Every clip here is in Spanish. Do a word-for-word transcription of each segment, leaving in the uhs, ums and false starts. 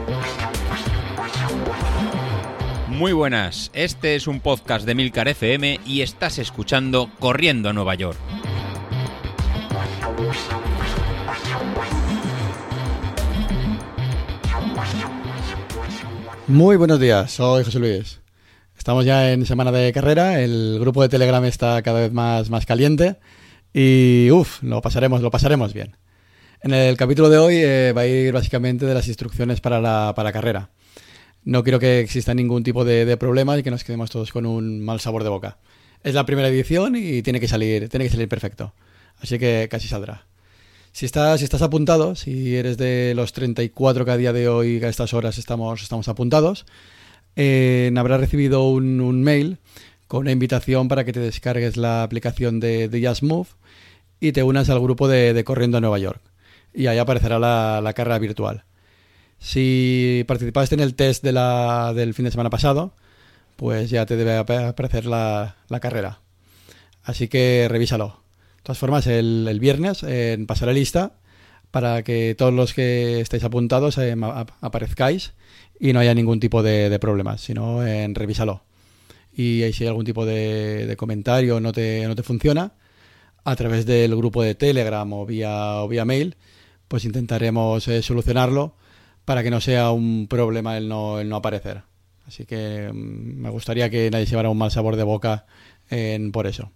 Muy buenas, este es un podcast de Milcar F M y estás escuchando Corriendo a Nueva York. Muy buenos días, soy José Luis. Estamos ya en semana de carrera, el grupo de Telegram está cada vez más, más caliente y uff, lo pasaremos, lo pasaremos bien. En el capítulo de hoy eh, va a ir básicamente de las instrucciones para la, para la carrera. No quiero que exista ningún tipo de, de problema y que nos quedemos todos con un mal sabor de boca. Es la primera edición y tiene que salir, tiene que salir perfecto. Así que casi saldrá. Si estás, si estás apuntado, si eres de los treinta y cuatro que a día de hoy a estas horas estamos, estamos apuntados, eh, habrás recibido un, un mail con una invitación para que te descargues la aplicación de, de Just Move y te unas al grupo de, de Corriendo a Nueva York. Y ahí aparecerá la, la carrera virtual. Si participaste en el test de la, del fin de semana pasado, pues ya te debe aparecer la, la carrera. Así que revísalo. De todas formas, el, el viernes eh, pasaré lista para que todos los que estéis apuntados eh, aparezcáis y no haya ningún tipo de, de problemas, sino eh, revísalo. Y si hay algún tipo de, de comentario no te, no te funciona, a través del grupo de Telegram o vía, o vía mail, pues intentaremos eh, solucionarlo para que no sea un problema el no, el no aparecer. Así que mmm, me gustaría que nadie se llevara un mal sabor de boca en, por eso.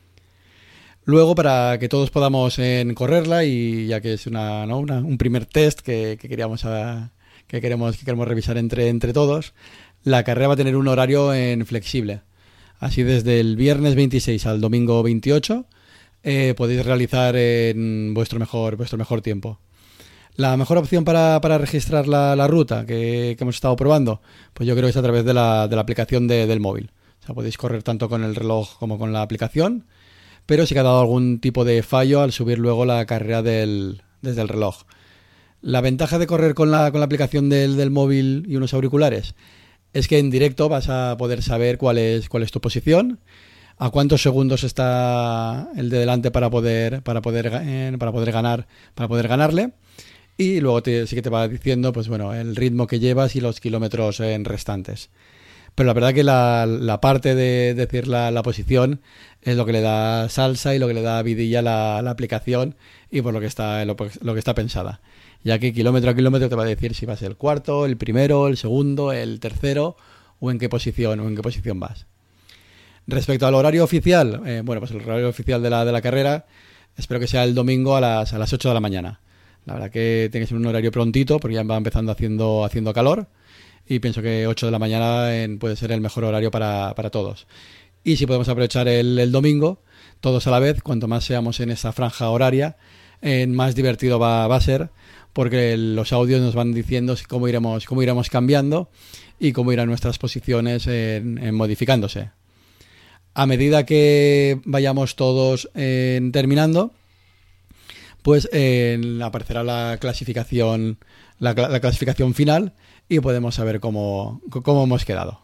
Luego, para que todos podamos en correrla, y ya que es una, ¿no? una, un primer test que, que, queríamos a, que, queremos, que queremos revisar entre, entre todos, la carrera va a tener un horario en flexible. Así desde el viernes veintiséis al domingo veintiocho eh, podéis realizar en vuestro mejor, vuestro mejor tiempo. La mejor opción para, para registrar la, la ruta que, que hemos estado probando, pues yo creo que es a través de la, de la aplicación de, del móvil. O sea, podéis correr tanto con el reloj como con la aplicación, pero sí que ha dado algún tipo de fallo al subir luego la carrera del, desde el reloj. La ventaja de correr con la, con la aplicación del, del móvil y unos auriculares es que en directo vas a poder saber cuál es, cuál es tu posición, a cuántos segundos está el de delante para poder, para poder, eh, para poder ganar, para poder ganarle. Y luego te, sí que te va diciendo pues bueno, el ritmo que llevas y los kilómetros eh, restantes. Pero la verdad que la, la parte de decir la, la posición es lo que le da salsa y lo que le da vidilla a la, la aplicación y por lo que está lo, lo que está pensada. Ya que kilómetro a kilómetro te va a decir si vas el cuarto, el primero, el segundo, el tercero o en qué posición o en qué posición vas. Respecto al horario oficial, eh, bueno, pues el horario oficial de la, de la carrera espero que sea el domingo a las, a las ocho de la mañana. La verdad que tiene que ser un horario prontito porque ya va empezando haciendo, haciendo calor y pienso que ocho de la mañana en, puede ser el mejor horario para, para todos. Y si podemos aprovechar el, el domingo, todos a la vez, cuanto más seamos en esa franja horaria, eh, más divertido va, va a ser porque los audios nos van diciendo cómo iremos, cómo iremos cambiando y cómo irán nuestras posiciones en, en modificándose. A medida que vayamos todos eh, terminando, pues eh, aparecerá la clasificación, la, la clasificación final y podemos saber cómo, cómo hemos quedado.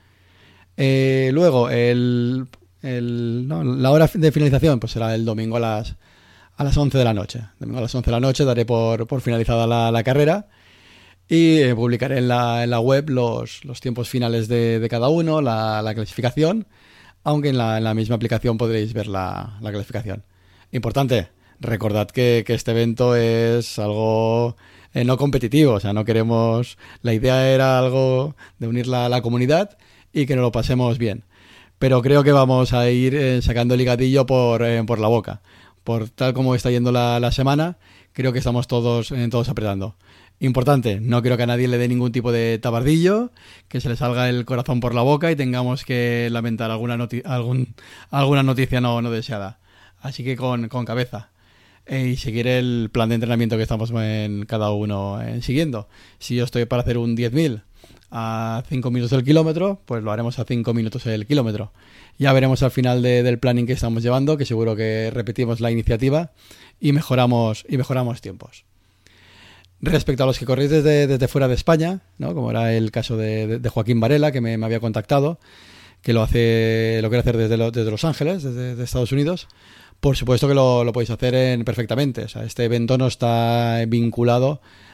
Eh, luego, el, el, no, la hora de finalización pues será el domingo a las, a las once de la noche. Domingo a las once de la noche daré por, por finalizada la, la carrera y eh, publicaré en la, en la web los, los tiempos finales de, de cada uno, la, la clasificación, aunque en la, en la misma aplicación podréis ver la, la clasificación. Importante. Recordad que, que este evento es algo eh, no competitivo, o sea, no queremos... La idea era algo de unir la, la comunidad y que nos lo pasemos bien. Pero creo que vamos a ir eh, sacando el higadillo por, eh, por la boca. Por tal como está yendo la, la semana, creo que estamos todos, eh, todos apretando. Importante, no quiero que a nadie le dé ningún tipo de tabardillo, que se le salga el corazón por la boca y tengamos que lamentar alguna, noti- algún, alguna noticia no, no deseada. Así que con, con cabeza. Y seguir el plan de entrenamiento que estamos en cada uno en siguiendo. Si yo estoy para hacer un diez mil a cinco minutos el kilómetro, pues lo haremos a cinco minutos el kilómetro. Ya veremos al final de, del planning que estamos llevando, que seguro que repetimos la iniciativa y mejoramos, y mejoramos tiempos. Respecto a los que corréis desde, desde fuera de España, ¿no? Como era el caso de, de, de Joaquín Varela, que me, me había contactado, que lo hace lo quiere hacer desde, lo, desde Los Ángeles, desde, desde Estados Unidos, por supuesto que lo, lo podéis hacer en, perfectamente. O sea, este evento no está vinculado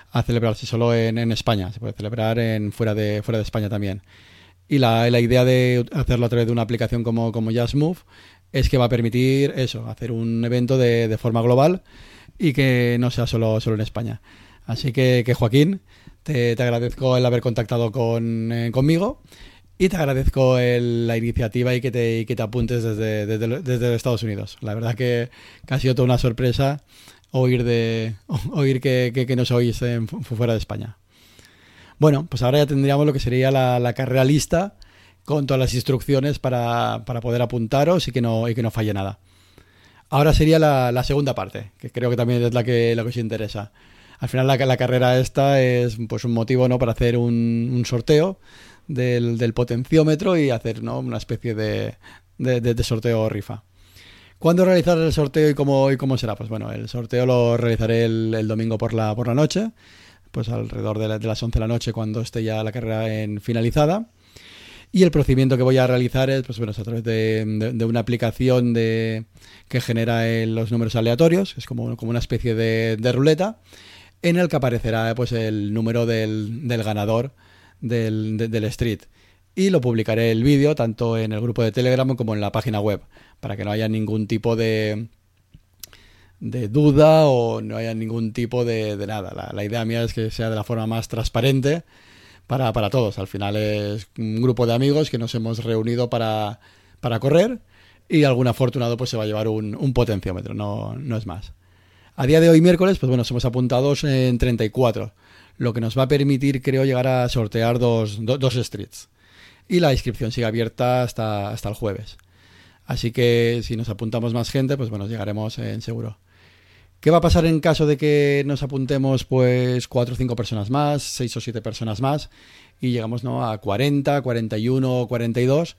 a celebrarse solo en, en España, se puede celebrar en fuera de fuera de España también. Y la, la idea de hacerlo a través de una aplicación como, como Just Move es que va a permitir eso, hacer un evento de, de forma global y que no sea solo, solo en España. Así que, que Joaquín, te, te agradezco el haber contactado con, eh, conmigo y te agradezco el, la iniciativa y que te, y que te apuntes desde, desde, desde Estados Unidos. La verdad que, que ha sido toda una sorpresa oír, de, oír que, que, que nos oís en, fuera de España. Bueno, pues ahora ya tendríamos lo que sería la, la carrera lista con todas las instrucciones para, para poder apuntaros y que no, y que no falle nada. Ahora sería la, la segunda parte, que creo que también es la que, la que os interesa. Al final la, la carrera esta es pues un motivo, ¿no?, para hacer un, un sorteo del, del potenciómetro y hacer, ¿no?, una especie de, de, de, de sorteo rifa. ¿Cuándo realizar el sorteo y cómo, y cómo será? Pues bueno, el sorteo lo realizaré el, el domingo por la, por la noche, pues alrededor de, la, de las once de la noche, cuando esté ya la carrera en finalizada. Y el procedimiento que voy a realizar es, pues bueno, es a través de, de, de una aplicación de, que genera el, los números aleatorios, es como, como una especie de, de ruleta, en el que aparecerá pues el número del, del ganador del, de, del street. Y lo publicaré el vídeo tanto en el grupo de Telegram como en la página web, para que no haya ningún tipo de, de duda o no haya ningún tipo de, de nada. La, la idea mía es que sea de la forma más transparente para, para todos. Al final es un grupo de amigos que nos hemos reunido para, para correr y algún afortunado pues se va a llevar un, un potenciómetro, no, no es más. A día de hoy, miércoles, pues bueno, somos apuntados en treinta y cuatro, lo que nos va a permitir, creo, llegar a sortear dos, do, dos streets. Y la inscripción sigue abierta hasta, hasta el jueves. Así que si nos apuntamos más gente, pues bueno, llegaremos en seguro. ¿Qué va a pasar en caso de que nos apuntemos pues cuatro o cinco personas más, seis o siete personas más y llegamos, ¿no?, a cuarenta, cuarenta y uno, cuarenta y dos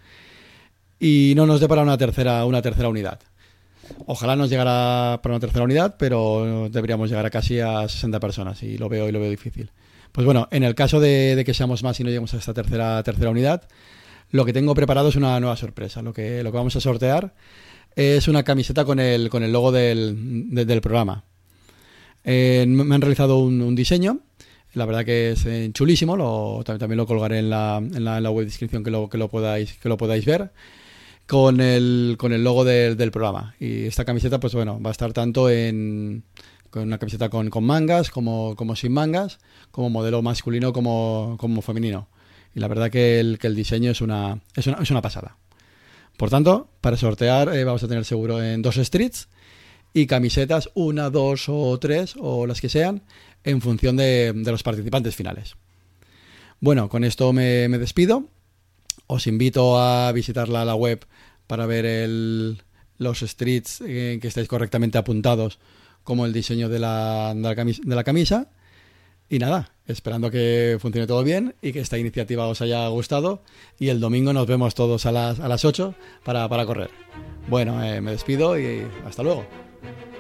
y no nos dé para una tercera, una tercera unidad? Ojalá nos llegara para una tercera unidad, pero deberíamos llegar a casi a sesenta personas y lo veo y lo veo difícil. Pues bueno, en el caso de, de que seamos más y no lleguemos a esta tercera, tercera unidad, lo que tengo preparado es una nueva sorpresa. Lo que, lo que vamos a sortear es una camiseta con el, con el logo del, de, del programa. Eh, me han realizado un, un diseño, la verdad que es eh, chulísimo, lo, también, también lo colgaré en la, en la, en la web descripción que lo, que lo podáis, que lo podáis ver, con el, con el logo de, del programa. Y esta camiseta, pues bueno, va a estar tanto en... con una camiseta con, con mangas, como, como sin mangas, como modelo masculino como, como femenino. Y la verdad que el, que el diseño es una, es una, es una pasada. Por tanto, para sortear eh, vamos a tener seguro en dos streets y camisetas, una, dos o tres, o las que sean, en función de, de los participantes finales. Bueno, con esto me, me despido. Os invito a visitar la, la web para ver el, los streets eh, que estáis correctamente apuntados, como el diseño de la, de la, camisa, de la camisa. Y nada, esperando que funcione todo bien y que esta iniciativa os haya gustado. Y el domingo nos vemos todos a las, a las ocho para, para correr. Bueno, eh, me despido y hasta luego.